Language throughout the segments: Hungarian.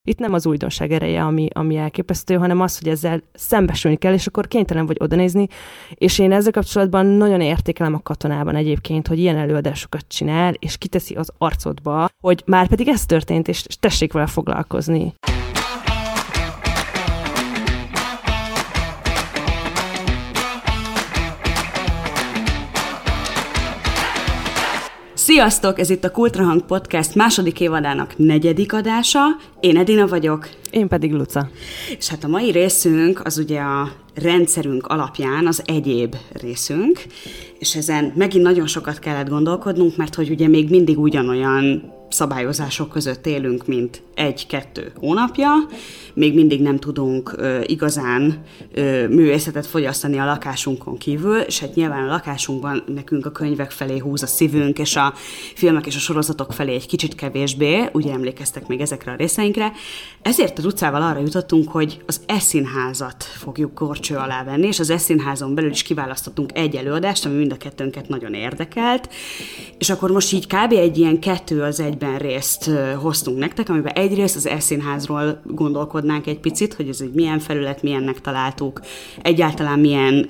Itt nem az újdonság ereje, ami elképesztő, hanem az, hogy ezzel szembesülni kell, és akkor kénytelen vagy odanézni, és én ezzel kapcsolatban nagyon értékelem a Katonában egyébként, hogy ilyen előadásokat csinál, és kiteszi az arcodba, hogy már pedig ez történt, és tessék vele foglalkozni. Sziasztok! Ez itt a Kultrahang Podcast második évadának 4. adása. Én Edina vagyok. Én pedig Luca. És hát a mai részünk az ugye a rendszerünk alapján az egyéb részünk, és ezen megint nagyon sokat kellett gondolkodnunk, mert hogy ugye még mindig ugyanolyan szabályozások között élünk, mint 1-2 hónapja. Még mindig nem tudunk igazán művészetet fogyasztani a lakásunkon kívül, és hát nyilván a lakásunkban nekünk a könyvek felé húz a szívünk, és a filmek és a sorozatok felé egy kicsit kevésbé, ugye emlékeztek még ezekre a részeinkre. Ezért a Lucával arra jutottunk, hogy az E-színházat fogjuk górcső alá venni, és az E-színházon belül is kiválasztottunk egy előadást, ami mind a kettőnket nagyon érdekelt, és akkor most így kb. Egy ilyen 2-1 részt hoztunk nektek, amiben egyrészt az E-színházról gondolkodnánk egy picit, hogy ez egy milyen felület, milyennek találtuk, egyáltalán milyen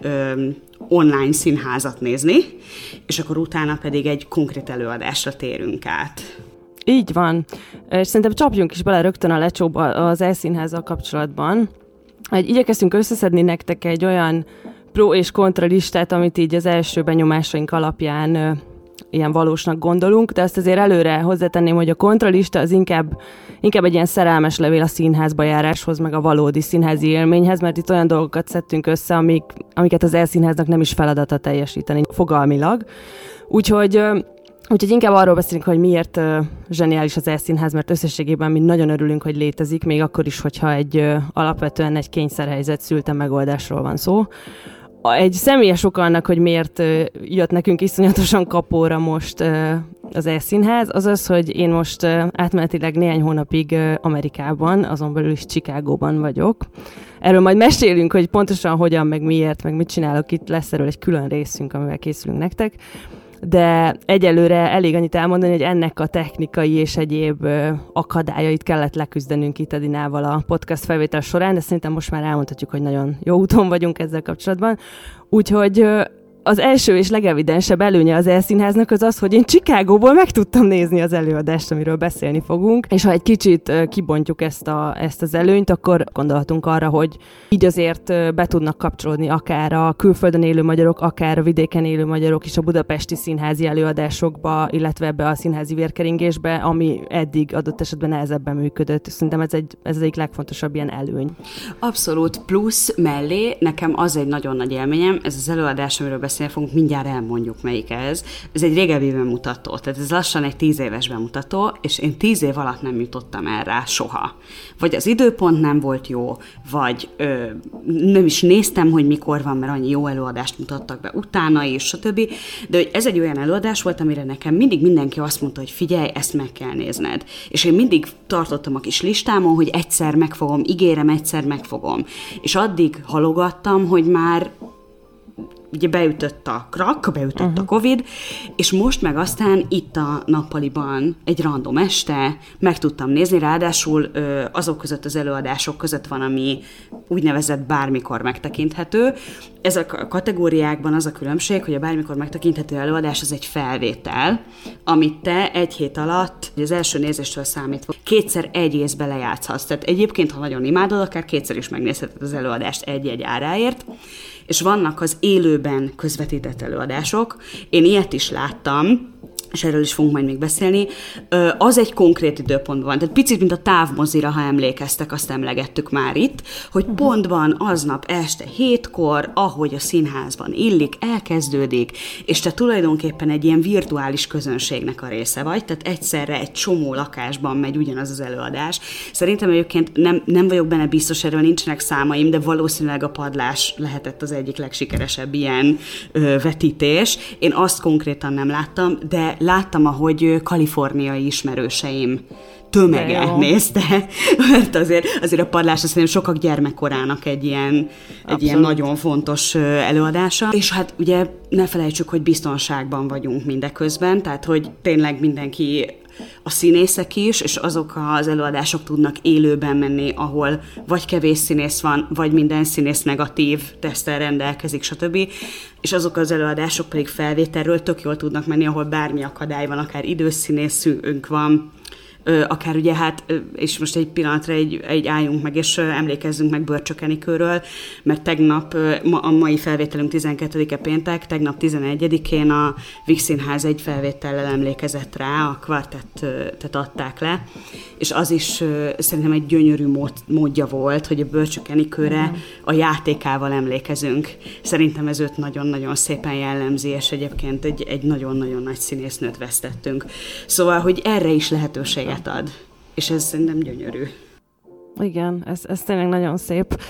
online színházat nézni, és akkor utána pedig egy konkrét előadásra térünk át. Így van. És szerintem csapjunk is bele rögtön a lecsóba az E-színházzal kapcsolatban. Igyekeztünk összeszedni nektek egy olyan pro és kontra listát, amit így az első benyomásaink alapján ilyen valósnak gondolunk, de azt azért előre hozzátenném, hogy a kontralista az inkább egy ilyen szerelmes levél a színházba járáshoz, meg a valódi színházi élményhez, mert itt olyan dolgokat szedtünk össze, amiket az E-színháznak nem is feladata teljesíteni fogalmilag. Úgyhogy inkább arról beszélünk, hogy miért zseniális az E-színház, mert összességében mi nagyon örülünk, hogy létezik, még akkor is, hogyha alapvetően egy kényszerhelyzet szülte megoldásról van szó. Egy személyes oka annak, hogy miért jött nekünk iszonyatosan kapóra most az E-színház, az az, hogy én most átmenetileg néhány hónapig Amerikában, azon belül is Chicagóban vagyok. Erről majd mesélünk, hogy pontosan hogyan, meg miért, meg mit csinálok itt, lesz erről egy külön részünk, amivel készülünk nektek. De egyelőre elég annyit elmondani, hogy ennek a technikai és egyéb akadályait kellett leküzdenünk itt Edinával a podcast felvétel során, de szerintem most már elmondhatjuk, hogy nagyon jó úton vagyunk ezzel kapcsolatban. Úgyhogy az első és legevidensebb előnye az E-színháznak az az, hogy én Chicagóból meg tudtam nézni az előadást, amiről beszélni fogunk, és ha egy kicsit kibontjuk ezt az előnyt, akkor gondolhatunk arra, hogy így azért be tudnak kapcsolódni akár a külföldön élő magyarok, akár a vidéken élő magyarok is a budapesti színházi előadásokba, illetve ebbe a színházi vérkeringésbe, ami eddig adott esetben nehezebben működött. Szerintem ez egyik legfontosabb ilyen előny. Abszolút, plusz mellé nekem az egy nagyon nagy élményem, ez az előadás, amiről beszélni fogunk, mindjárt elmondjuk, melyik ez. Ez egy régebbi bemutató, tehát ez lassan egy 10 éves bemutató, és én 10 év alatt nem jutottam el rá soha. Vagy az időpont nem volt jó, vagy nem is néztem, hogy mikor van, mert annyi jó előadást mutattak be utána is, stb. De hogy ez egy olyan előadás volt, amire nekem mindig mindenki azt mondta, hogy figyelj, ezt meg kell nézned. És én mindig tartottam a kis listámon, hogy egyszer megfogom, ígérem, egyszer megfogom. És addig halogattam, hogy már ugye beütött a krak, beütött a Covid, és most meg aztán itt a nappaliban egy random este meg tudtam nézni, ráadásul azok között az előadások között van, ami úgynevezett bármikor megtekinthető. Ezek a kategóriákban az a különbség, hogy a bármikor megtekinthető előadás az egy felvétel, amit te egy hét alatt, az első nézéstől számítva, 2-szer egy észbe lejátszhatsz. Tehát egyébként, ha nagyon imádod, akár 2-szer is megnézheted az előadást egy-egy áráért, és vannak az élőben közvetített előadások. Én ilyet is láttam, és erről is fogunk majd még beszélni, az egy konkrét időpontban van. Tehát picit, mint a távmozira, ha emlékeztek, azt emlegettük már itt, hogy pontban aznap este 7-kor, ahogy a színházban illik, elkezdődik, és te tulajdonképpen egy ilyen virtuális közönségnek a része vagy, tehát egyszerre egy csomó lakásban megy ugyanaz az előadás. Szerintem egyébként nem vagyok benne biztos, erről nincsenek számaim, de valószínűleg a Padlás lehetett az egyik legsikeresebb ilyen vetítés. Én azt konkrétan nem láttam, de láttam, ahogy kaliforniai ismerőseim tömege nézte, mert azért a Padlás szerintem sokak gyermekkorának egy ilyen nagyon fontos előadása. És hát ugye ne felejtsük, hogy biztonságban vagyunk mindeközben, tehát hogy tényleg mindenki a színészek is, és azok az előadások tudnak élőben menni, ahol vagy kevés színész van, vagy minden színész negatív teszttel rendelkezik, stb. És azok az előadások pedig felvételről tök jól tudnak menni, ahol bármi akadály van, akár idős színészünk van, akár ugye és most egy pillanatra egy álljunk meg, és emlékezzünk meg Börcsök Enikőről, mert tegnap, a mai felvételünk 12-e péntek, tegnap 11-én a Víg Színház egy felvétellel emlékezett rá, a kvartettet adták le, és az is szerintem egy gyönyörű módja volt, hogy a Börcsök Enikőre a játékával emlékezünk. Szerintem ez őt nagyon-nagyon szépen jellemzi, és egyébként egy nagyon-nagyon nagy színésznőt vesztettünk. Szóval, hogy erre is lehetőség ad, és ez szerintem gyönyörű. Igen, ez tényleg nagyon szép.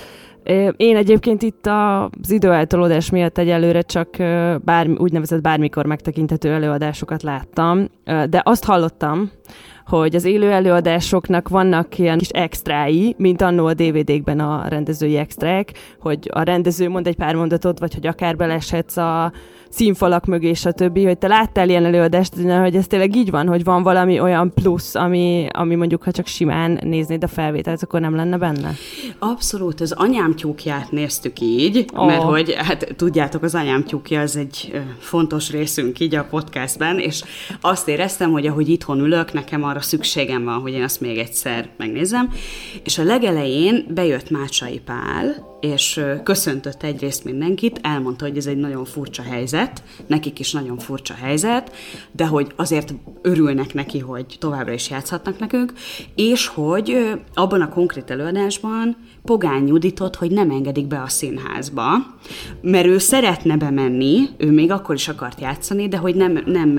Én egyébként itt az időeltolódás miatt egyelőre csak úgynevezett bármikor megtekinthető előadásokat láttam, de azt hallottam, hogy az élő előadásoknak vannak ilyen kis extrái, mint annó a DVD-kben a rendezői extrák, hogy a rendező mond egy pár mondatot, vagy hogy akár beleshetsz a színfalak mögé, stb., hogy te láttál ilyen előadást, hogy ez tényleg így van, hogy van valami olyan plusz, ami mondjuk, ha csak simán néznéd a felvételt, akkor nem lenne benne? Abszolút, az Anyám tyúkját néztük így, mert hogy, hát tudjátok, az Anyám tyúkja az egy fontos részünk így a podcastben, és azt éreztem, hogy ahogy itthon ülök, nekem arra szükségem van, hogy én azt még egyszer megnézem, és a legelején bejött Mácsai Pál, és köszöntött egyrészt mindenkit, elmondta, hogy ez egy nagyon furcsa helyzet, nekik is nagyon furcsa helyzet, de hogy azért örülnek neki, hogy továbbra is játszhatnak nekünk, és hogy abban a konkrét előadásban Pogány Juditot, hogy nem engedik be a színházba, mert ő szeretne bemenni, ő még akkor is akart játszani, de hogy nem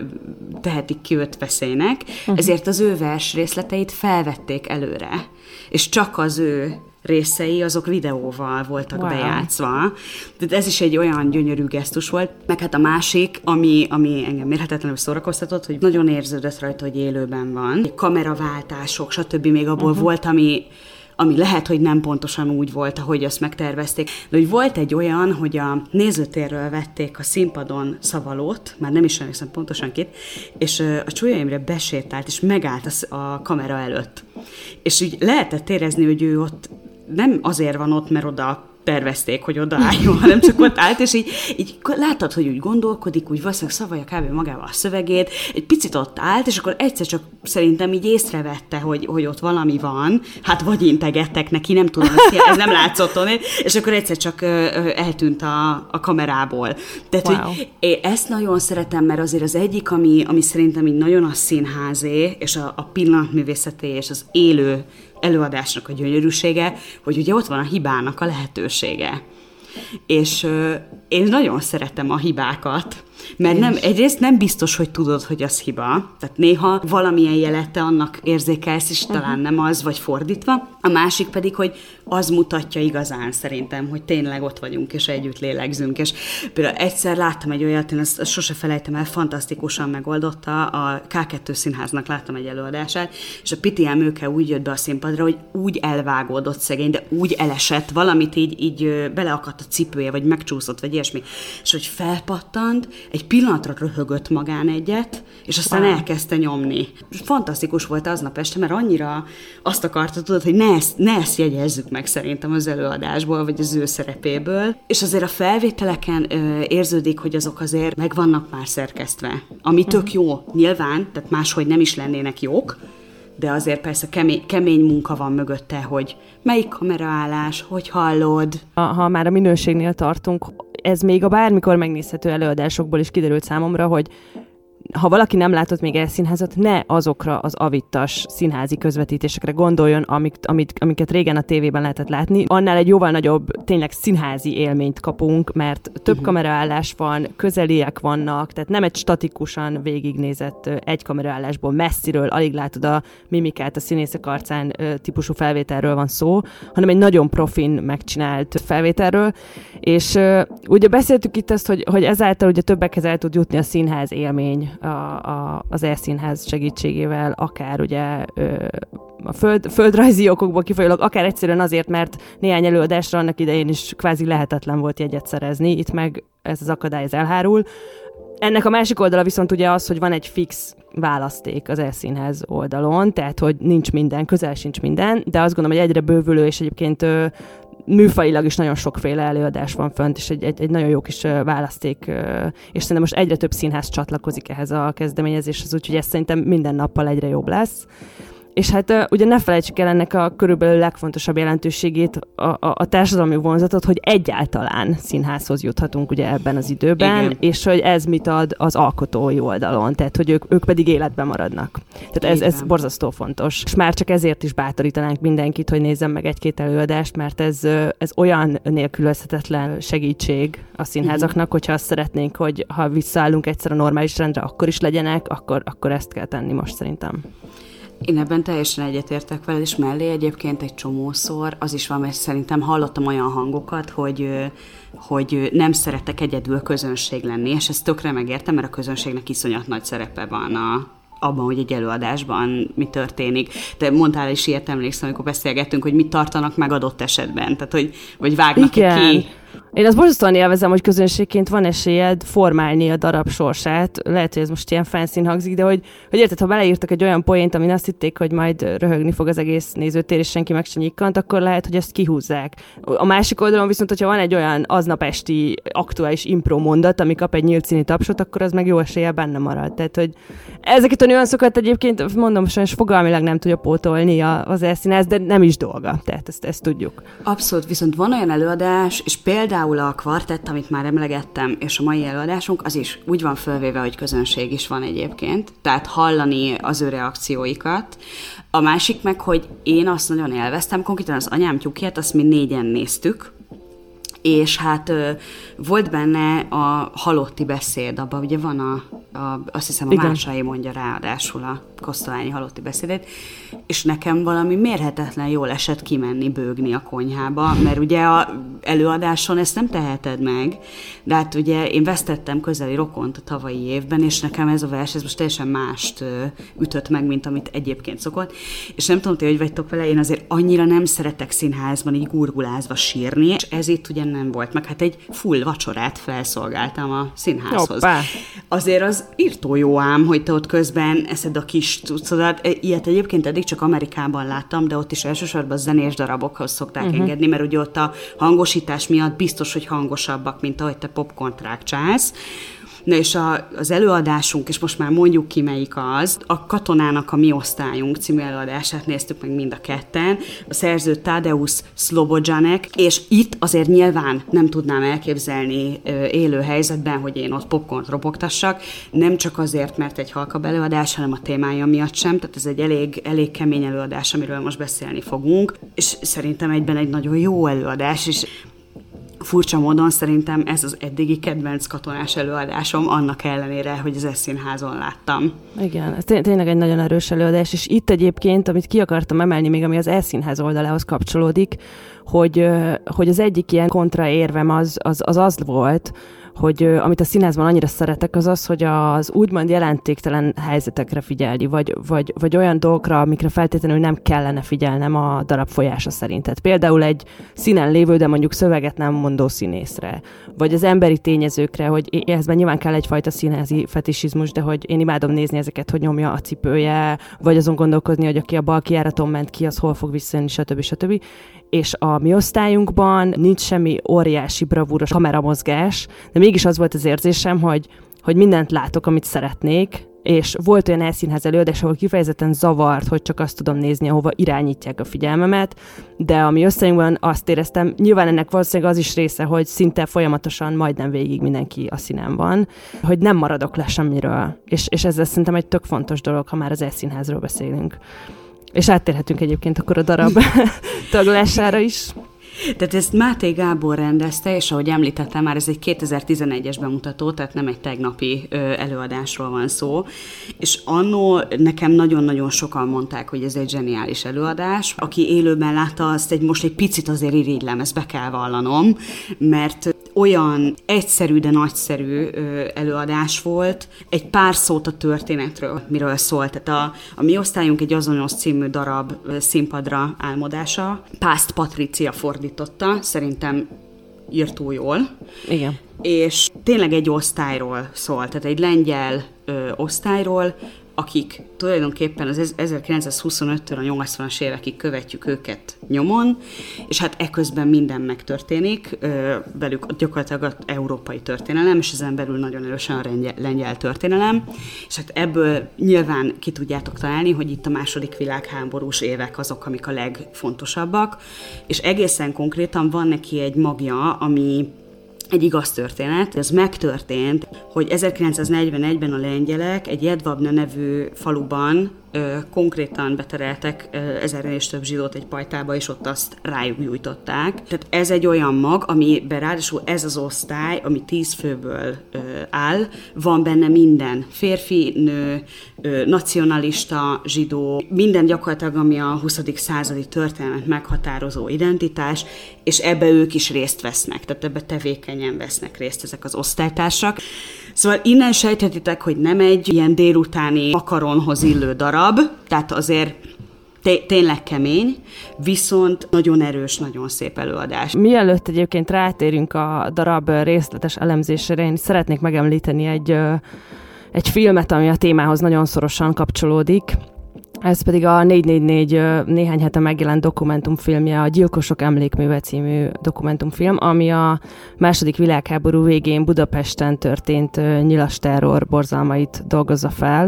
tehetik ki őt veszélynek, ezért az ő vers részleteit felvették előre, és csak az ő részei, azok videóval voltak bejátszva. Tehát ez is egy olyan gyönyörű gesztus volt. Meg hát a másik, ami engem mérhetetlenül szórakoztatott, hogy nagyon érződött rajta, hogy élőben van. Kameraváltások, stb. Még abból volt, ami lehet, hogy nem pontosan úgy volt, ahogy azt megtervezték. De hogy volt egy olyan, hogy a nézőtérről vették a színpadon Szavalót, már nem is emlékszem pontosan kit, és a Csúlya Imre besétált, és megállt a kamera előtt. És így lehetett érezni, hogy ő ott nem azért van ott, mert oda tervezték, hogy odaálljon, hanem csak ott állt, és így láttad, hogy úgy gondolkodik, úgy valószínűleg szavalja kb. Magával a szövegét, egy picit ott állt, és akkor egyszer csak szerintem így észrevette, hogy ott valami van, hát vagy integettek neki, nem tudom, ez nem látszott onnan, és akkor egyszer csak eltűnt a kamerából. Tehát, hogy ezt nagyon szeretem, mert azért az egyik, ami szerintem így nagyon a színházé, és a pillanatművészeté, és az élő előadásnak a gyönyörűsége, hogy ugye ott van a hibának a lehetősége. És én nagyon szeretem a hibákat, mert egyrészt nem biztos, hogy tudod, hogy az hiba. Tehát néha valamilyen jelet te annak érzékelsz, és talán nem az, vagy fordítva. A másik pedig, hogy az mutatja igazán szerintem, hogy tényleg ott vagyunk, és együtt lélegzünk. És például egyszer láttam egy olyat, én ezt sose felejtem el, fantasztikusan megoldotta, a K2 Színháznak láttam egy előadását, és a Piti Emőke úgy jött be a színpadra, hogy úgy elvágódott szegény, de úgy elesett, valamit így beleakadt a cipője, vagy megcsúszott, vagy ilyesmi, és hogy felpattant, egy pillanatra röhögött magán egyet, és aztán elkezdte nyomni. Fantasztikus volt aznap este, mert annyira azt akarta, tudod, hogy ne ezt jegyezzük meg szerintem az előadásból, vagy az ő szerepéből. És azért a felvételeken érződik, hogy azok azért meg vannak már szerkesztve. Ami tök jó, nyilván, tehát máshogy nem is lennének jók, de azért persze kemény munka van mögötte, hogy melyik kameraállás, hogy hallod. Ha már a minőségnél tartunk, ez még a bármikor megnézhető előadásokból is kiderült számomra, hogy ha valaki nem látott még elszínházat, ne azokra az avittas színházi közvetítésekre gondoljon, amiket régen a tévében lehetett látni. Annál egy jóval nagyobb, tényleg színházi élményt kapunk, mert több kameraállás van, közeliek vannak, tehát nem egy statikusan végignézett egy kameraállásból messziről, alig látod a mimikát a színészek arcán típusú felvételről van szó, hanem egy nagyon profin megcsinált felvételről, és ugye beszéltük itt azt, hogy ezáltal ugye többekhez el tud jutni a színház élmény, az elszínház segítségével, akár ugye a földrajzi okokból kifolyólag, akár egyszerűen azért, mert néhány előadásra annak idején is kvázi lehetetlen volt jegyet szerezni, itt meg ez az akadály elhárul. Ennek a másik oldala viszont ugye az, hogy van egy fix választék az E-színház oldalon, tehát hogy nincs minden, közel sincs minden, de azt gondolom, hogy egyre bővülő, és egyébként műfajilag is nagyon sokféle előadás van fönt, és egy nagyon jó kis választék, és szerintem most egyre több színház csatlakozik ehhez a kezdeményezéshez, úgyhogy ez szerintem minden nappal egyre jobb lesz. És hát ugye ne felejtsük el ennek a körülbelül legfontosabb jelentőségét, a társadalmi vonzatot, hogy egyáltalán színházhoz juthatunk ugye ebben az időben, igen. És hogy ez mit ad az alkotói oldalon, tehát hogy ők pedig életben maradnak. Tehát ez borzasztó fontos. És már csak ezért is bátorítanánk mindenkit, hogy nézzen meg egy-két előadást, mert ez olyan nélkülözhetetlen segítség a színházaknak, hogyha azt szeretnénk, hogy ha visszaállunk egyszer a normális rendre, akkor is legyenek, akkor ezt kell tenni most szerintem. Én ebben teljesen egyetértek veled, és mellé egyébként egy csomószor az is van, mert szerintem hallottam olyan hangokat, hogy nem szeretek egyedül közönség lenni, és ezt tökre megértem, mert a közönségnek iszonyat nagy szerepe van abban, hogy egy előadásban mi történik. Te mondtál is ilyet, emlékszem, amikor beszélgettünk, hogy mit tartanak meg adott esetben, tehát vagy vágnak ki. Én azt borzasztóan élvezem, hogy közönségként van esélyed formálni a darab sorsát. Lehet, hogy ez most ilyen fancy hangzik, de hogy érted, ha beleírtak egy olyan poént, amin azt hitték, hogy majd röhögni fog az egész nézőtér, és senki meg se nyikkant, akkor lehet, hogy ezt kihúzzák. A másik oldalon viszont, hogyha van egy olyan aznap esti aktuális impro mondat, ami kap egy nyílt színi tapsot, akkor az meg jó eséllyel benne marad. Tehát, hogy ezeket a nüanszokat egyébként, mondom, sajnos fogalmilag nem tudja pótolni az E-színház, de nem is dolga. Tehát ezt tudjuk. Abszolút, viszont van olyan előadás, és például a kvartett, amit már emlegettem, és a mai előadásunk, az is úgy van fölvéve, hogy közönség is van egyébként, tehát hallani az ő reakcióikat. A másik meg, hogy én azt nagyon élveztem, konkrétan az Anyám tyúkját, azt mi 4-en néztük, és hát volt benne a halotti beszéd, abban ugye van azt hiszem a Másai mondja ráadásul a Kosztolányi halotti beszédét, és nekem valami mérhetetlen jól esett kimenni bőgni a konyhába, mert ugye a előadáson ezt nem teheted meg, de hát ugye én vesztettem közeli rokont a tavalyi évben, és nekem ez a vers, ez most teljesen mást ütött meg, mint amit egyébként szokott, és nem tudom, hogy vagytok vele, én azért annyira nem szeretek színházban így gurgulázva sírni, és ez itt ugye nem volt meg, hát egy full vacsorát felszolgáltam a színházhoz. Hoppá. Azért az írtó jó ám, hogy te ott közben eszed a kis cuccodat. Ilyet egyébként eddig csak Amerikában láttam, de ott is elsősorban zenés darabokhoz szokták engedni, mert ugye ott a hangosítás miatt biztos, hogy hangosabbak, mint ahogy te popcornt rákcsálsz. Na és az előadásunk, és most már mondjuk ki melyik az, a Katonának a Mi osztályunk című előadását néztük meg mind a ketten, a szerző Tadeusz Szlobodzsanek, és itt azért nyilván nem tudnám elképzelni élő helyzetben, hogy én ott popcornt ropogtassak, nem csak azért, mert egy halkabb előadás, hanem a témája miatt sem, tehát ez egy elég kemény előadás, amiről most beszélni fogunk, és szerintem egyben egy nagyon jó előadás, és furcsa módon szerintem ez az eddigi kedvenc katonás előadásom, annak ellenére, hogy az E-színházon láttam. Igen, ez tényleg egy nagyon erős előadás, és itt egyébként, amit ki akartam emelni, még ami az E-színház oldalához kapcsolódik, hogy az egyik ilyen kontraérvem az volt, hogy amit a színházban annyira szeretek, az, hogy az úgymond jelentéktelen helyzetekre figyelni, vagy olyan dolgokra, amikre feltétlenül nem kellene figyelnem a darab folyása szerint. Tehát például egy színen lévő, de mondjuk szöveget nem mondó színészre, vagy az emberi tényezőkre, hogy ehhez nyilván kell egyfajta színházi fetisizmus, de hogy én imádom nézni ezeket, hogy nyomja a cipője, vagy azon gondolkozni, hogy aki a bal kijáraton ment ki, az hol fog visszajönni, stb. És a mi osztályunkban nincs semmi óriási bravúros kameramozgás, de mégis az volt az érzésem, hogy mindent látok, amit szeretnék, és volt olyan E-színház előadás, ahol kifejezetten zavart, hogy csak azt tudom nézni, ahova irányítják a figyelmemet, de a mi osztályunkban azt éreztem, nyilván ennek valószínűleg az is része, hogy szinte folyamatosan majdnem végig mindenki a színen van, hogy nem maradok le semmiről, és ez szerintem egy tök fontos dolog, ha már az E-színházról beszélünk. És áttérhetünk egyébként akkor a darab taglására is. Tehát ezt Máté Gábor rendezte, és ahogy említettem már, ez egy 2011-es bemutató, tehát nem egy tegnapi előadásról van szó. És annó nekem nagyon-nagyon sokan mondták, hogy ez egy zseniális előadás. Aki élőben látta, azt most egy picit azért irigylem, ezt be kell vallanom, mert olyan egyszerű, de nagyszerű előadás volt. Egy pár szót a történetről, miről szólt. Tehát a mi osztályunk egy Azonos című darab színpadra álmodása. Pászt Patricia fordította, szerintem írtó jól. Igen. És tényleg egy osztályról szól, tehát egy lengyel osztályról, akik tulajdonképpen az 1925-től a 80-as évekig követjük őket nyomon, és hát eközben minden megtörténik, velük gyakorlatilag az európai történelem, és ezen belül nagyon erősen a lengyel történelem, és hát ebből nyilván ki tudjátok találni, hogy itt a második világháborús évek azok, amik a legfontosabbak, és egészen konkrétan van neki egy magja, ami egy igaz történet. Ez megtörtént, hogy 1941-ben a lengyelek egy Jedwabne nevű faluban konkrétan betereltek 1000 és több zsidót egy pajtába, és ott azt rájuk gyújtották. Tehát ez egy olyan mag, amiben ráadásul ez az osztály, ami 10 főből áll, van benne minden. Férfi, nő, nacionalista, zsidó, minden gyakorlatilag, ami a 20. századi történelmet meghatározó identitás, és ebbe ők is részt vesznek, tehát ebbe tevékenyen vesznek részt ezek az osztálytársak. Szóval innen sejthetitek, hogy nem egy ilyen délutáni makaronhoz illő darab, tehát azért tényleg kemény, viszont nagyon erős, nagyon szép előadás. Mielőtt egyébként rátérünk a darab részletes elemzésére, én szeretnék megemlíteni egy filmet, ami a témához nagyon szorosan kapcsolódik. Ez pedig a 444 néhány hete megjelent dokumentumfilmje, a Gyilkosok emlékműve című dokumentumfilm, ami a második világháború végén Budapesten történt nyilas terror borzalmait dolgozza fel.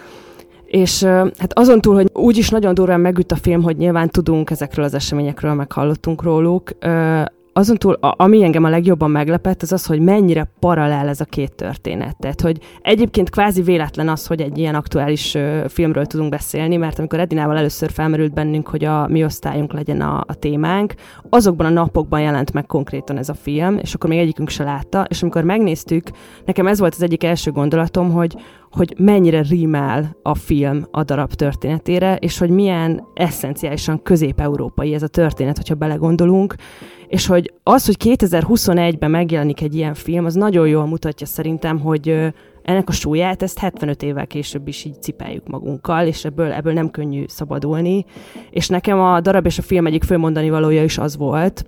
És hát azon túl, hogy úgyis nagyon durván megüt a film, hogy nyilván tudunk ezekről az eseményekről, meghallottunk róluk, azon túl, ami engem a legjobban meglepett, az, hogy mennyire paralel ez a két történet. Tehát, hogy egyébként kvázi véletlen az, hogy egy ilyen aktuális filmről tudunk beszélni, mert amikor Edinával először felmerült bennünk, hogy a mi osztályunk legyen a témánk, azokban a napokban jelent meg konkrétan ez a film, és akkor még egyikünk se látta, és amikor megnéztük, nekem ez volt az egyik első gondolatom, hogy mennyire rímel a film a darab történetére, és hogy milyen eszenciálisan közép-európai ez a történet, hogyha belegondolunk, és hogy az, hogy 2021-ben megjelenik egy ilyen film, az nagyon jól mutatja szerintem, hogy ennek a súlyát, ezt 75 évvel később is így cipeljük magunkkal, és ebből nem könnyű szabadulni. És nekem a darab és a film egyik főmondani valója is az volt,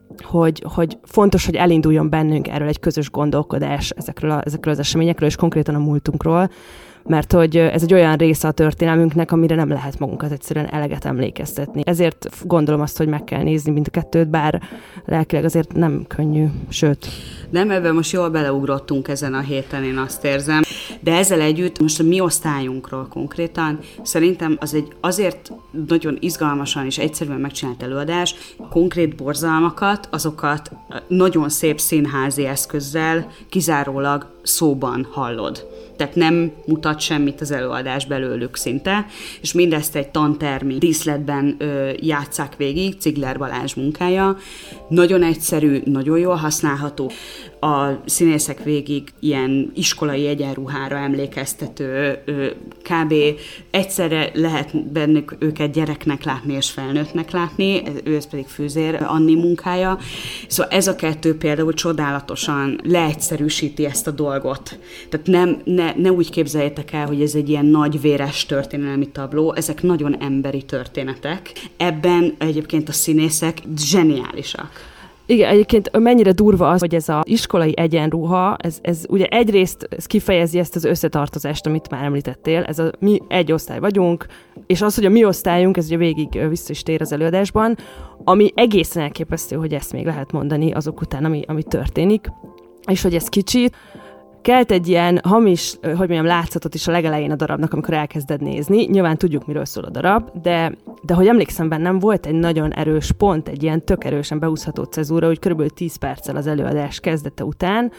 hogy fontos, hogy elinduljon bennünk erről egy közös gondolkodás ezekről az eseményekről, és konkrétan a múltunkról, mert hogy ez egy olyan része a történelmünknek, amire nem lehet magunkat egyszerűen eleget emlékeztetni. Ezért gondolom azt, hogy meg kell nézni mind a kettőt, bár lelkileg azért nem könnyű, sőt. Nem, ebben most jól beleugrottunk ezen a héten, én azt érzem. De ezzel együtt most a mi osztályunkról konkrétan szerintem az egy azért nagyon izgalmasan és egyszerűen megcsinált előadás. A konkrét borzalmakat, azokat nagyon szép színházi eszközzel kizárólag szóban hallod. Tehát nem mutat semmit az előadás belőlük szinte, és mindezt egy tantermi díszletben játsszák végig, Cigler Balázs munkája. Nagyon egyszerű, nagyon jól használható. A színészek végig ilyen iskolai egyenruhára emlékeztető, kb. Egyszerre lehet bennük őket gyereknek látni és felnőttnek látni, ő ez pedig Fűzér Anni munkája. Szóval ez a kettő például csodálatosan leegyszerűsíti ezt a dolgot. Tehát ne úgy képzeljétek el, hogy ez egy ilyen nagy véres történelmi tabló, ezek nagyon emberi történetek. Ebben egyébként a színészek zseniálisak. Igen, egyébként mennyire durva az, hogy ez az iskolai egyenruha, ez ugye egyrészt ez kifejezi ezt az összetartozást, amit már említettél, mi egy osztály vagyunk, és az, hogy a mi osztályunk, ez ugye végig vissza is tér az előadásban, ami egészen elképesztő, hogy ezt még lehet mondani azok után, ami történik, és hogy ez kicsit kelt egy ilyen hamis, hogy mondjam, látszatot is a legelején a darabnak, amikor elkezded nézni. Nyilván tudjuk, miről szól a darab, de hogy emlékszem, bennem volt egy nagyon erős pont, egy ilyen tök erősen beúszható cezúra, hogy körülbelül 10 perccel az előadás kezdete után,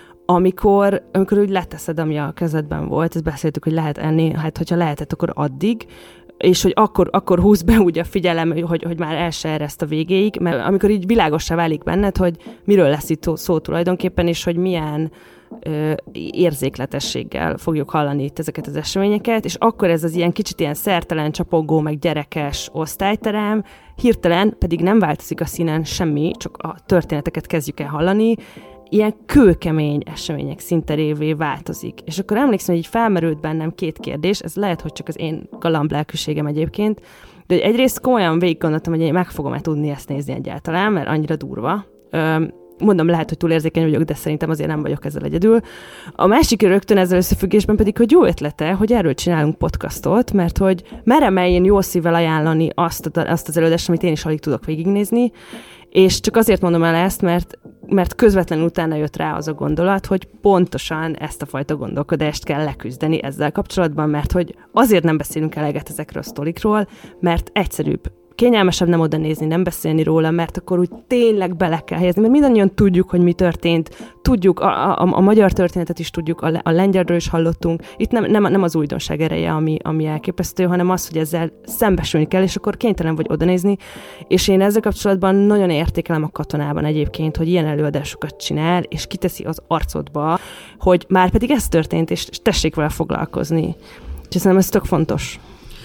amikor úgy leteszed, ami a kezedben volt, ezt beszéltük, hogy lehet enni, hát hogyha lehetett, akkor addig, és hogy akkor húz be úgy a figyelem, hogy már el se ereszt a végéig, mert amikor így világossá válik benned, hogy miről lesz itt szó tulajdonképpen, és hogy milyen érzékletességgel fogjuk hallani itt ezeket az eseményeket, és akkor ez az ilyen kicsit ilyen szertelen, csapogó, meg gyerekes osztályterem, hirtelen pedig nem változik a színen semmi, csak a történeteket kezdjük el hallani, ilyen kőkemény események szinterévé változik. És akkor emlékszem, hogy így felmerült bennem 2 kérdés, ez lehet, hogy csak az én galamb lelkűségem egyébként, de egyrészt komolyan végig gondoltam, hogy én meg fogom-e tudni ezt nézni egyáltalán, mert annyira durva. mondom, lehet, hogy túl érzékeny vagyok, de szerintem azért nem vagyok ezzel egyedül. A másik rögtön ezzel összefüggésben pedig, hogy jó ötlete, hogy erről csinálunk podcastot, mert hogy merem én jó szívvel ajánlani azt az előadást, amit én is alig tudok végignézni, és csak azért mondom el ezt, mert közvetlenül utána jött rá az a gondolat, hogy pontosan ezt a fajta gondolkodást kell leküzdeni ezzel kapcsolatban, mert hogy azért nem beszélünk eleget ezekről a sztorikról, mert egyszerűbb, kényelmesebb nem oda nézni, nem beszélni róla, mert akkor úgy tényleg bele kell helyezni, mert mindannyian tudjuk, hogy mi történt, tudjuk, a magyar történetet is tudjuk, a lengyelről is hallottunk. Itt nem az újdonság ereje, ami elképesztő, hanem az, hogy ezzel szembesülni kell, és akkor kénytelen vagy oda nézni. És én ezzel kapcsolatban nagyon értékelem a Katonában egyébként, hogy ilyen előadásokat csinál, és kiteszi az arcodba, hogy már pedig ez történt, és tessék vele foglalkozni. És szerintem ez tök fontos.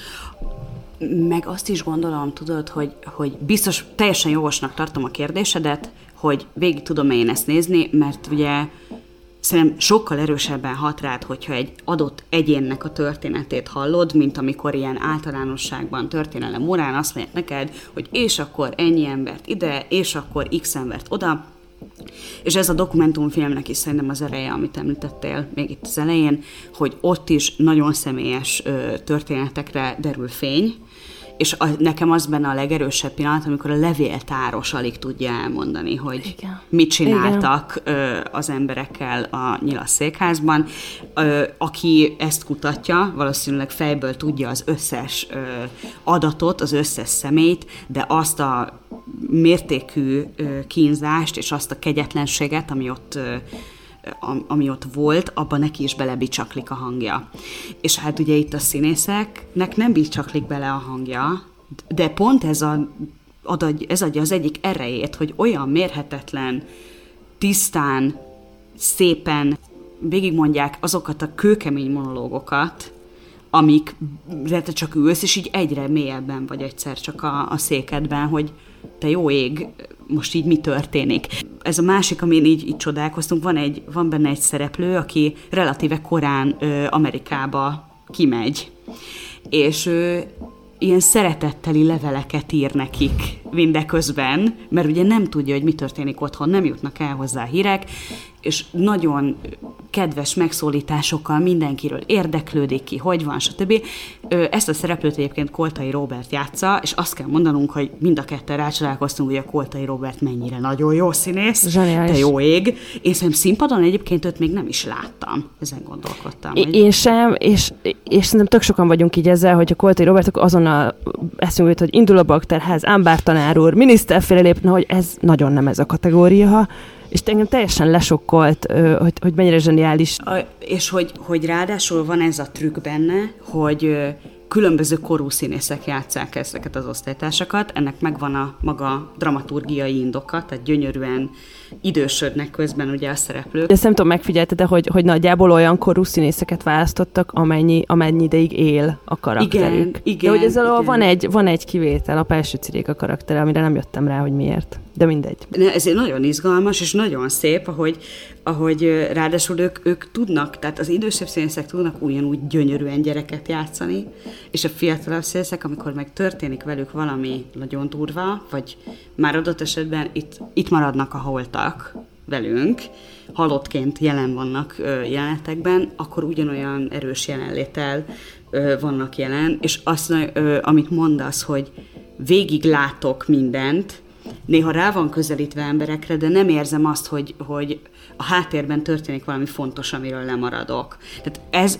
Meg azt is gondolom, tudod, hogy biztos teljesen jogosnak tartom a kérdésedet, hogy végig tudom-e én ezt nézni, mert ugye szerintem sokkal erősebben hat rád, hogyha egy adott egyénnek a történetét hallod, mint amikor ilyen általánosságban történelem órán azt mondják neked, hogy és akkor ennyi embert ide, és akkor x embert oda. És ez a dokumentumfilmnek is szerintem az ereje, amit említettél még itt az elején, hogy ott is nagyon személyes történetekre derül fény, és nekem az benne a legerősebb pillanat, amikor a levéltáros alig tudja elmondani, hogy igen, mit csináltak az emberekkel a nyilas székházban. Aki ezt kutatja, valószínűleg fejből tudja az összes adatot, az összes személyt, de azt a mértékű kínzást és azt a kegyetlenséget, ami ott volt, abban neki is belebicsaklik a hangja. És hát ugye itt a színészeknek nem bicsaklik bele a hangja, de pont ez adja az egyik erejét, hogy olyan mérhetetlen, tisztán, szépen végigmondják azokat a kőkemény monológokat, amikre te csak ülsz, és így egyre mélyebben vagy egyszer csak a székedben, hogy te jó ég, most így mi történik. Ez a másik, amin így csodálkoztunk, van benne egy szereplő, aki relatíve korán Amerikába kimegy, és ilyen szeretetteli leveleket ír nekik mindeközben, mert ugye nem tudja, hogy mi történik otthon, nem jutnak el hozzá hírek, és nagyon kedves megszólításokkal mindenkiről érdeklődik ki, hogy van, stb. Ezt a szereplőt egyébként Koltai Róbert játsza, és azt kell mondanunk, hogy mind a ketten rácsodálkoztunk, hogy a Koltai Róbert mennyire nagyon jó színész, zseniális. Te jó ég. Én szerintem színpadon egyébként őt még nem is láttam. Ezen gondolkodtam. Én sem, és szerintem tök sokan vagyunk így ezzel, hogy a Koltai Róbert, akkor azonnal eszünk jut, hogy indul a bakterház, ámbártanár úr, miniszterféle lépne, hogy ez nagyon nem ez a kategória, és engem teljesen lesokkolt, hogy mennyire zseniális. És hogy ráadásul van ez a trükk benne, hogy különböző korú színészek játsszák ezeket az osztálytársakat, ennek megvan a maga dramaturgiai indoka, tehát gyönyörűen idősödnek közben ugye a szereplők. De ezt nem tudom, megfigyelted, de hogy nagyjából olyan korú színészeket választottak, amennyi ideig él a karakterük. Igen, de hogy ezzel van egy kivétel, a Pelső Ciréka karaktere, amire nem jöttem rá, hogy miért. De mindegy. Ez nagyon izgalmas, és nagyon szép, ahogy ráadásul ők tudnak, tehát az idősebb színészek tudnak ugyanúgy gyönyörűen gyereket játszani, és a fiatalabb színészek, amikor meg történik velük valami nagyon durva, vagy már adott esetben itt maradnak a holtak velünk, halottként jelen vannak jelenetekben, akkor ugyanolyan erős jelenléttel vannak jelen, és azt, amit mondasz, hogy végig látok mindent, néha rá van közelítve emberekre, de nem érzem azt, hogy a háttérben történik valami fontos, amiről lemaradok. Tehát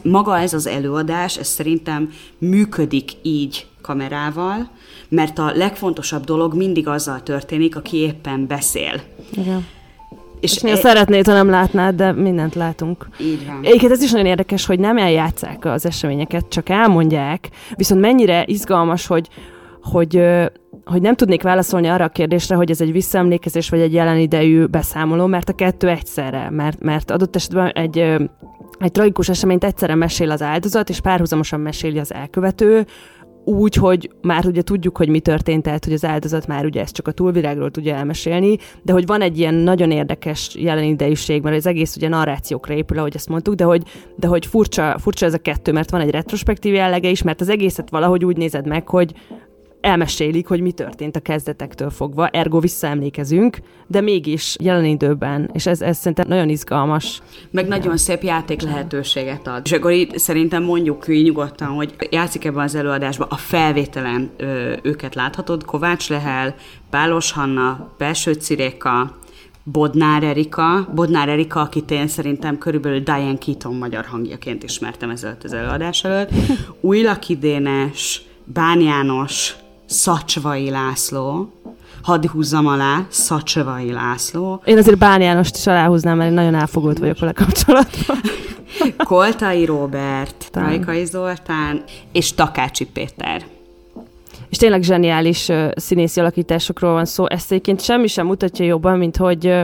ez az előadás, ez szerintem működik így kamerával, mert a legfontosabb dolog mindig azzal történik, aki éppen beszél. Igen. És szeretnéd, ha nem látnád, de mindent látunk. Így van. Egyébként ez is nagyon érdekes, hogy nem eljátsszák az eseményeket, csak elmondják, viszont mennyire izgalmas, hogy nem tudnék válaszolni arra a kérdésre, hogy ez egy visszaemlékezés vagy egy jelen idejű beszámoló, mert a kettő egyszerre, mert adott esetben egy tragikus eseményt egyszerre mesél az áldozat, és párhuzamosan meséli az elkövető, úgy, hogy már ugye tudjuk, hogy mi történt, tehát hogy az áldozat már ugye ezt csak a túlvilágról tudja elmesélni, de hogy van egy ilyen nagyon érdekes jelen idejűség, mert az egész ugye narrációkra épül, ahogy ezt mondtuk, de hogy furcsa ez a kettő, mert van egy retrospektív jellege is, mert az egészet valahogy úgy nézed meg, hogy elmesélik, hogy mi történt a kezdetektől fogva, ergo visszaemlékezünk, de mégis jelen időben, és ez szerintem nagyon izgalmas. Meg nagyon szép játék lehetőséget ad. És akkor itt szerintem mondjuk nyugodtan, hogy játszik ebben az előadásban, a felvételen őket láthatod, Kovács Lehel, Pálos Hanna, Belső Ciréka, Bodnár Erika, akit én szerintem körülbelül Diane Keaton magyar hangjaként ismertem ezelőtt az előadás előtt, Újlaki Dénes, Bán János, Szacsvai László, hadd húzzam alá, Szacsvai László. Én azért Bán Jánost is aláhúznám, mert én nagyon elfogult vagyok vele kapcsolatban. Koltai Róbert, Rajkai Zoltán és Takácsi Péter. És tényleg zseniális színészi alakításokról van szó. Ezt egyébként semmi sem mutatja jobban, mint hogy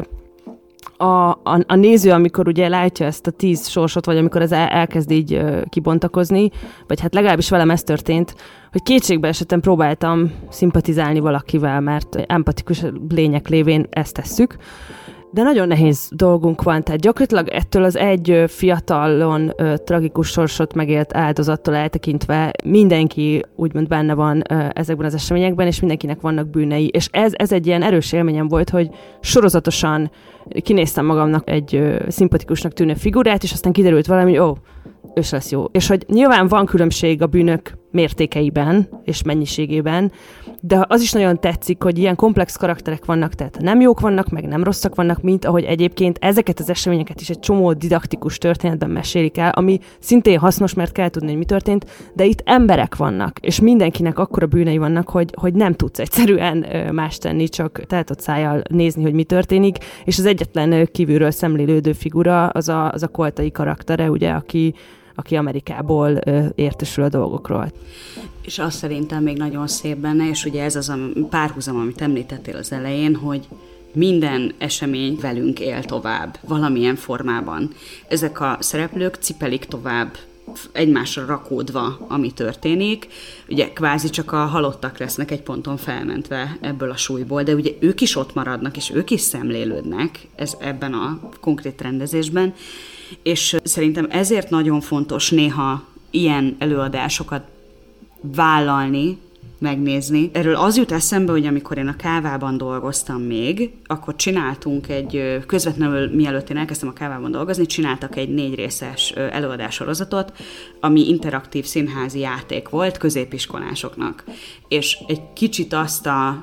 a néző, amikor ugye látja ezt a 10 sorsot, vagy amikor ez elkezd így kibontakozni, vagy hát legalábbis velem ez történt, hogy kétségbe esetten próbáltam szimpatizálni valakivel, mert empatikus lények lévén ezt tesszük. De nagyon nehéz dolgunk van, tehát gyakorlatilag ettől az egy fiatalon tragikus sorsot megélt áldozattól eltekintve mindenki úgymond benne van ezekben az eseményekben, és mindenkinek vannak bűnei. És ez egy ilyen erős élményem volt, hogy sorozatosan kinéztem magamnak egy szimpatikusnak tűnő figurát, és aztán kiderült valami, hogy ő se lesz jó. És hogy nyilván van különbség a bűnök mértékeiben és mennyiségében, de az is nagyon tetszik, hogy ilyen komplex karakterek vannak, tehát nem jók vannak, meg nem rosszak vannak, mint ahogy egyébként ezeket az eseményeket is egy csomó didaktikus történetben mesélik el, ami szintén hasznos, mert kell tudni, hogy mi történt, de itt emberek vannak, és mindenkinek akkora bűnei vannak, hogy nem tudsz egyszerűen más tenni, csak teltott szájjal nézni, hogy mi történik, és az egyetlen kívülről szemlélődő figura az a Koltai karaktere, ugye, aki Amerikából értesül a dolgokról. És azt szerintem még nagyon szép benne, és ugye ez az a párhuzam, amit említettél az elején, hogy minden esemény velünk él tovább, valamilyen formában. Ezek a szereplők cipelik tovább, egymásra rakódva, ami történik. Ugye kvázi csak a halottak lesznek egy ponton felmentve ebből a súlyból, de ugye ők is ott maradnak, és ők is szemlélődnek ebben a konkrét rendezésben, és szerintem ezért nagyon fontos néha ilyen előadásokat vállalni, megnézni. Erről az jut eszembe, hogy amikor én a Kávában dolgoztam még, akkor csináltunk közvetlenül mielőtt én elkezdtem a Kávában dolgozni, csináltak egy 4 részes előadássorozatot, ami interaktív színházi játék volt középiskolásoknak. És egy kicsit azt a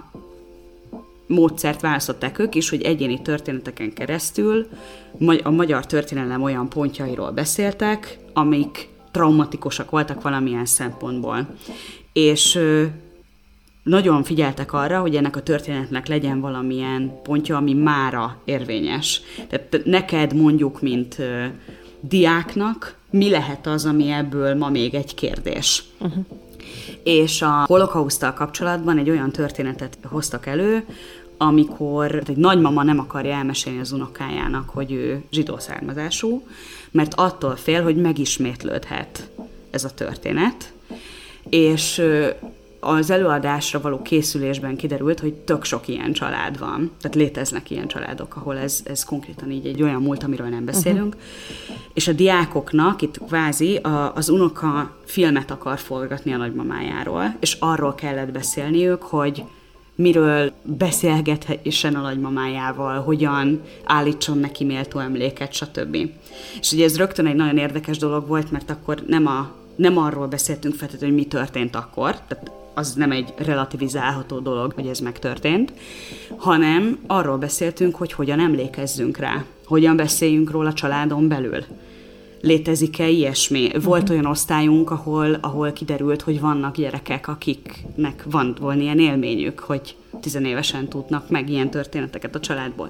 módszert választották ők is, hogy egyéni történeteken keresztül a magyar történelem olyan pontjairól beszéltek, amik traumatikusak voltak valamilyen szempontból. És nagyon figyeltek arra, hogy ennek a történetnek legyen valamilyen pontja, ami mára érvényes. Tehát neked mondjuk, mint diáknak, mi lehet az, ami ebből ma még egy kérdés? Uh-huh. És a holokauszttal kapcsolatban egy olyan történetet hoztak elő, amikor egy nagymama nem akarja elmesélni az unokájának, hogy ő zsidó származású, mert attól fél, hogy megismétlődhet ez a történet, és az előadásra való készülésben kiderült, hogy tök sok ilyen család van. Tehát léteznek ilyen családok, ahol ez konkrétan így egy olyan múlt, amiről nem beszélünk. Uh-huh. És a diákoknak itt kvázi az unoka filmet akar forgatni a nagymamájáról, és arról kellett beszélniük, hogy miről beszélgethessen a nagymamájával, hogyan állítson neki méltó emléket, stb. És ugye ez rögtön egy nagyon érdekes dolog volt, mert akkor nem arról beszéltünk feltétlenül, hogy mi történt akkor, tehát az nem egy relativizálható dolog, hogy ez megtörtént, hanem arról beszéltünk, hogy hogyan emlékezzünk rá, hogyan beszéljünk róla a családon belül. Létezik-e ilyesmi? Volt olyan osztályunk, ahol kiderült, hogy vannak gyerekek, akiknek van ilyen élményük, hogy 10 évesen tudnak meg ilyen történeteket a családból.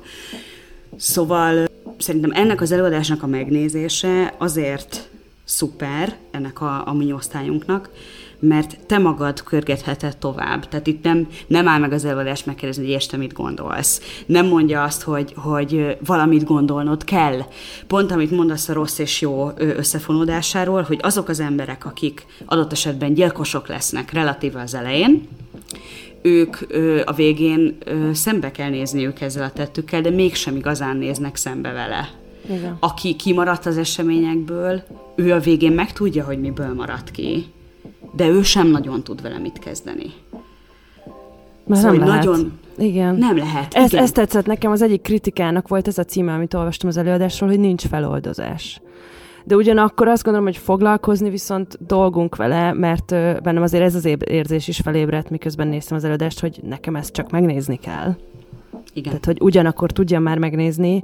Szóval szerintem ennek az előadásnak a megnézése azért szuper ennek a mi osztályunknak, mert te magad körgetheted tovább. Tehát itt nem áll meg az előadás megkérdezni, hogy és te mit gondolsz. Nem mondja azt, hogy valamit gondolnod kell. Pont amit mondasz a rossz és jó összefonódásáról, hogy azok az emberek, akik adott esetben gyilkosok lesznek relatíve az elején, ők a végén szembe kell nézniük ezzel a tettükkel, de mégsem igazán néznek szembe vele. Igen. Aki kimaradt az eseményekből, ő a végén megtudja, hogy miből maradt ki, de ő sem nagyon tud vele mit kezdeni. Már szóval nem lehet. Nagyon... Igen. Nem lehet. Ez tetszett nekem, az egyik kritikának volt ez a címe, amit olvastam az előadásról, hogy nincs feloldozás. De ugyanakkor azt gondolom, hogy foglalkozni viszont dolgunk vele, mert bennem azért ez az érzés is felébredt, miközben néztem az előadást, hogy nekem ezt csak megnézni kell. Igen. Tehát, hogy ugyanakkor tudjam már megnézni,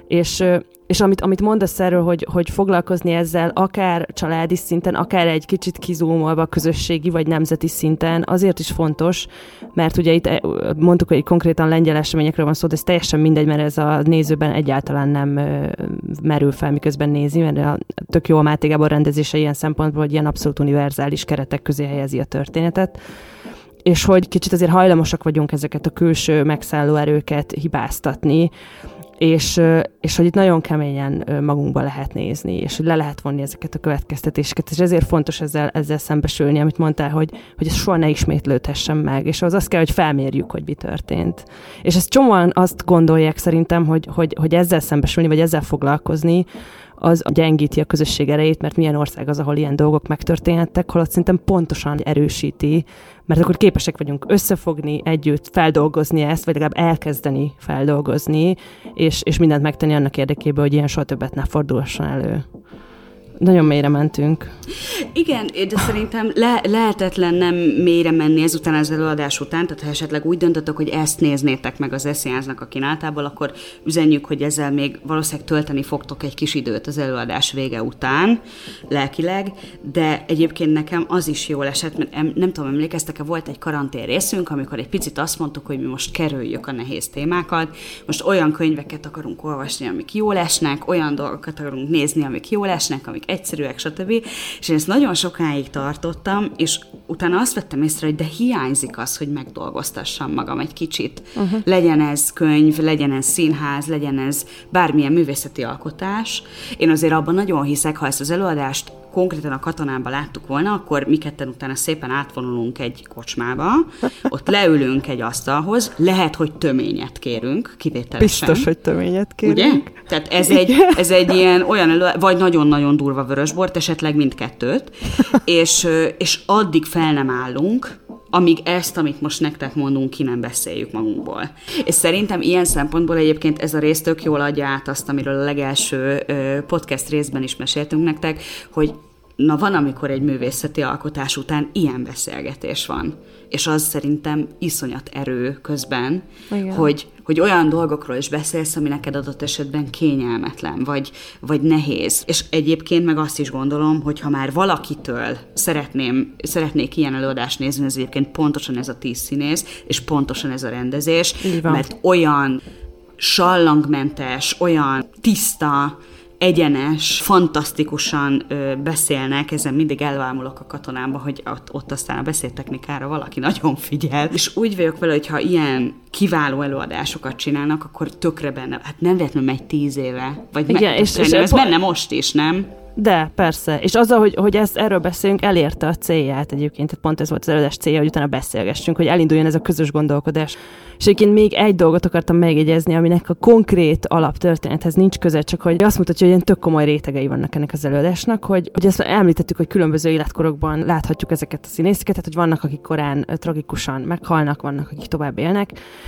és amit mondasz erről, hogy foglalkozni ezzel akár családi szinten, akár egy kicsit kizúmolva közösségi vagy nemzeti szinten, azért is fontos, mert ugye itt mondtuk, hogy konkrétan lengyel eseményekről van szó, de ez teljesen mindegy, mert ez a nézőben egyáltalán nem merül fel, miközben nézi, mert tök jó a Máté Gábor rendezése ilyen szempontból, hogy ilyen abszolút univerzális keretek közé helyezi a történetet, és hogy kicsit azért hajlamosak vagyunk ezeket a külső megszálló erőket hibáztatni, és hogy itt nagyon keményen magunkba lehet nézni, és hogy le lehet vonni ezeket a következtetéseket, és ezért fontos ezzel szembesülni, amit mondtál, hogy ez soha ne ismétlődhessen meg, és az kell, hogy felmérjük, hogy mi történt. És ezt csomóan azt gondolják szerintem, hogy ezzel szembesülni, vagy ezzel foglalkozni, az gyengíti a közösség erejét, mert milyen ország az, ahol ilyen dolgok megtörténhettek, holott szerintem pontosan erősíti, mert akkor képesek vagyunk összefogni, együtt feldolgozni ezt, vagy legalább elkezdeni feldolgozni, és mindent megtenni annak érdekében, hogy ilyen soha többet ne fordulhasson elő. Nagyon mélyre mentünk. Igen, de szerintem lehetetlen nem mélyre menni ezután az előadás után, tehát ha esetleg úgy döntöttök, hogy ezt néznétek meg az Eszínháznak a kínálatából, akkor üzenjük, hogy ezzel még valószínűleg tölteni fogtok egy kis időt az előadás vége után, lelkileg, de egyébként nekem az is jól esett, mert nem tudom, emlékeztek-e, volt egy karantén részünk, amikor egy picit azt mondtuk, hogy mi most kerüljük a nehéz témákat, most olyan könyveket akarunk olvasni, amik jól esnek, olyan dolgokat akarunk nézni, amik jól esnek, amik egyszerűek, stb. És én ezt nagyon sokáig tartottam, és utána azt vettem észre, hogy de hiányzik az, hogy megdolgoztassam magam egy kicsit. Legyen ez könyv, legyen ez színház, legyen ez bármilyen művészeti alkotás. Én azért abban nagyon hiszek, ha ezt az előadást konkrétan a Katonában láttuk volna, akkor mi ketten utána szépen átvonulunk egy kocsmába, ott leülünk egy asztalhoz, lehet, hogy töményet kérünk, kivételesen. Biztos, hogy töményet kérünk. Ugye? Tehát ez egy ilyen olyan vagy nagyon-nagyon durva vörösbort, esetleg mindkettőt, és addig fel nem állunk, amíg ezt, amit most nektek mondunk, ki nem beszéljük magunkból. És szerintem ilyen szempontból egyébként ez a rész tök jól adja át azt, amiről a legelső podcast részben is meséltünk nektek, hogy van, amikor egy művészeti alkotás után ilyen beszélgetés van. És az szerintem iszonyat erő közben, hogy olyan dolgokról is beszélsz, ami neked adott esetben kényelmetlen, vagy nehéz. És egyébként meg azt is gondolom, hogy ha már valakitől szeretnék ilyen előadást nézni, ez egyébként pontosan ez a 10 színész, és pontosan ez a rendezés, mert olyan sallangmentes, olyan tiszta, egyenes, fantasztikusan beszélnek, ezen mindig elvámulok a Katonába, hogy ott aztán a beszédtechnikára valaki nagyon figyel, és úgy vagyok vele, hogy ha ilyen kiváló előadásokat csinálnak, akkor tökre benne, hát nem véletlenül megy 10 éve, vagy igen, és ez benne most is, nem? De, persze. És azzal, hogy erről beszélünk, elérte a célját egyébként. Tehát pont ez volt az előadás célja, hogy utána beszélgessünk, hogy elinduljon ez a közös gondolkodás. És egyébként még egy dolgot akartam megjegyezni, aminek a konkrét alaptörténethez nincs köze, csak hogy azt mutatja, hogy ilyen tök komoly rétegei vannak ennek az előadásnak, hogy ezt említettük, hogy különböző életkorokban láthatjuk ezeket a színészeket, tehát hogy vannak, akik korán tragikusan meghalnak, vannak, akik tovább élnek.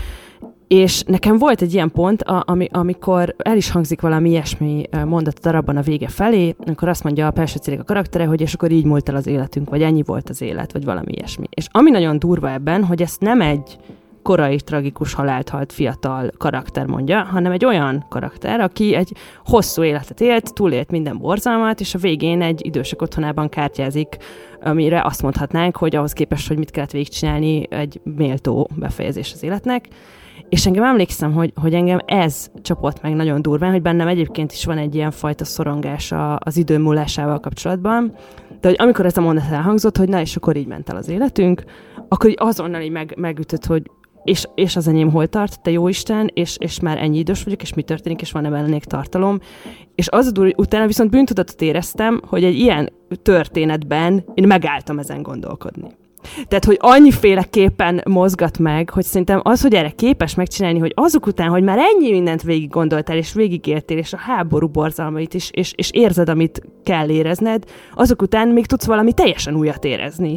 És nekem volt egy ilyen pont, amikor el is hangzik valami ilyesmi mondat a darabban a vége felé, amikor azt mondja a Pelső Ciréka karaktere, hogy és akkor így múlt el az életünk, vagy ennyi volt az élet, vagy valami ilyesmi. És ami nagyon durva ebben, hogy ezt nem egy korai tragikus halált halt fiatal karakter mondja, hanem egy olyan karakter, aki egy hosszú életet élt, túlélt minden borzalmat, és a végén egy idősek otthonában kártyázik, amire azt mondhatnánk, hogy ahhoz képest, hogy mit kellett végigcsinálni, egy méltó befejezés az életnek. És engem emlékszem, hogy engem ez csapott meg nagyon durván, hogy bennem egyébként is van egy ilyen fajta szorongás az idő múlásával kapcsolatban, de hogy amikor ez a mondat elhangzott, hogy na és akkor így ment el az életünk, akkor így azonnal így megütött, hogy és az enyém hol tart, te jó Isten, és már ennyi idős vagyok, és mi történik, és van-e bennék tartalom. És az a durva, utána viszont bűntudatot éreztem, hogy egy ilyen történetben én megálltam ezen gondolkodni. Tehát, hogy annyiféleképpen mozgat meg, hogy szerintem az, hogy erre képes megcsinálni, hogy azok után, hogy már ennyi mindent végig gondoltál, és végigéltél, és a háború borzalmait is, és érzed, amit kell érezned, azok után még tudsz valami teljesen újat érezni.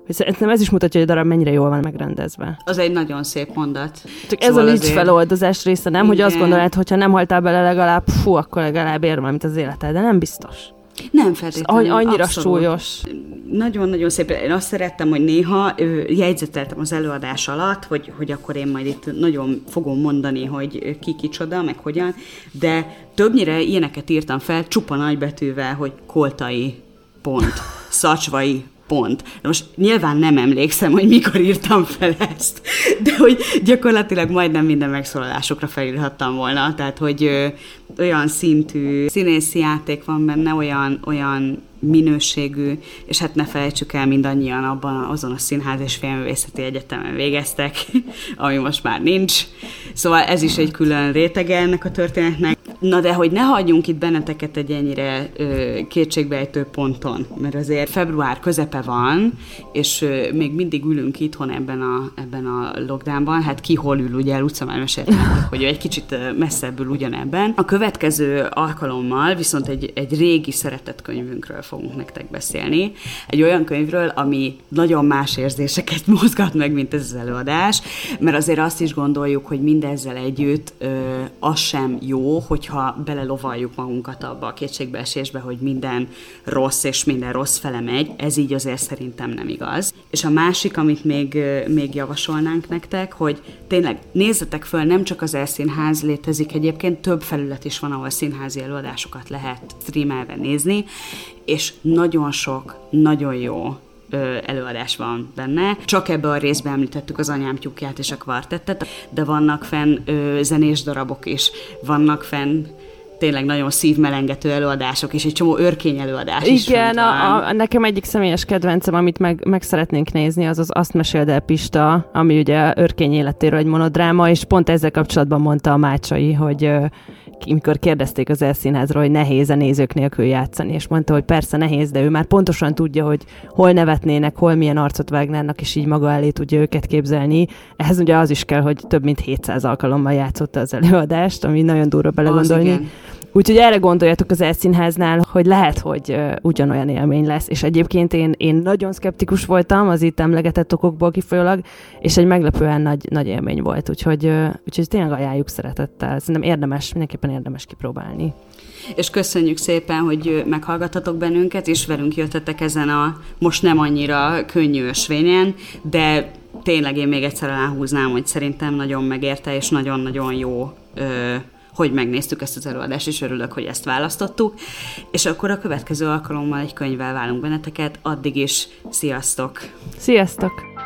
Szerintem ez is mutatja, hogy a darab mennyire jól van megrendezve. Az egy nagyon szép mondat. Csak szóval ez a nincs feloldozás része, nem? Igen. Hogy azt gondolod, hogyha nem haltál bele legalább, akkor legalább ér valamit az életed, de nem biztos. Nem feltétlenül. Annyira abszolút súlyos. Nagyon-nagyon szép. Én azt szerettem, hogy néha jegyzeteltem az előadás alatt, hogy akkor én majd itt nagyon fogom mondani, hogy ki kicsoda, meg hogyan, de többnyire ilyeneket írtam fel csupa nagybetűvel, hogy Koltai pont, Szacsvai pont. De most nyilván nem emlékszem, hogy mikor írtam fel ezt, de hogy gyakorlatilag majdnem minden megszólalásokra felírhattam volna, tehát hogy olyan szintű színészi játék van benne, olyan minőségű, és hát ne felejtsük el, mindannyian azon a Színház és Filmművészeti Egyetemen végeztek, ami most már nincs. Szóval ez is egy külön rétege ennek a történetnek. Na de hogy ne hagyjunk itt benneteket egy ennyire kétségbeejtő ponton, mert azért február közepe van, és még mindig ülünk itthon ebben a lockdownban, hát ki hol ül, ugye Luca már mesélt nektek, hogy egy kicsit messzebbül ugyanebben. A következő alkalommal viszont egy régi szeretett könyvünkről fogunk nektek beszélni. Egy olyan könyvről, ami nagyon más érzéseket mozgat meg, mint ez az előadás, mert azért azt is gondoljuk, hogy mindezzel együtt az sem jó, hogyha belelovaljuk magunkat abba a kétségbeesésbe, hogy minden rossz és minden rossz fele megy. Ez így azért szerintem nem igaz. És a másik, amit még javasolnánk nektek, hogy tényleg nézzetek föl, nem csak az Elszínház létezik, egyébként több felület is van, ahol színházi előadásokat lehet streamelve nézni, és nagyon sok, nagyon jó előadás van benne. Csak ebbe a részben említettük az Anyám tyúkját és a kvartettet, de vannak fenn zenés darabok is, vannak fenn tényleg nagyon szívmelengető előadások, és egy csomó örkény előadás is. Igen, nekem egyik személyes kedvencem, amit meg szeretnénk nézni, az Azt meséld el Pista, ami ugye örkény életéről egy monodráma, és pont ezzel kapcsolatban mondta a Mácsai, hogy amikor kérdezték az Elszínházról, hogy nehéz a nézők nélkül játszani, és mondta, hogy persze nehéz, de ő már pontosan tudja, hogy hol nevetnének, hol milyen arcot vágnának, és így maga elé tudja őket képzelni. Ehhez ugye az is kell, hogy több mint 700 alkalommal játszotta az előadást, ami nagyon durva belegondolni. Úgyhogy erre gondoljatok az Elszínháznál, hogy lehet, hogy ugyanolyan élmény lesz. És egyébként én nagyon szkeptikus voltam az itt emlegetett okokból kifolyólag, és egy meglepően nagy élmény volt. Úgyhogy tényleg ajánljuk szeretettel. Szerintem mindenképpen érdemes kipróbálni. És köszönjük szépen, hogy meghallgattatok bennünket, és velünk jöttetek ezen a most nem annyira könnyű ösvényen, de tényleg én még egyszer aláhúznám, hogy szerintem nagyon megérte, és nagyon-nagyon jó, hogy megnéztük ezt az előadást, és örülök, hogy ezt választottuk. És akkor a következő alkalommal egy könyvvel várunk benneteket. Addig is sziasztok! Sziasztok!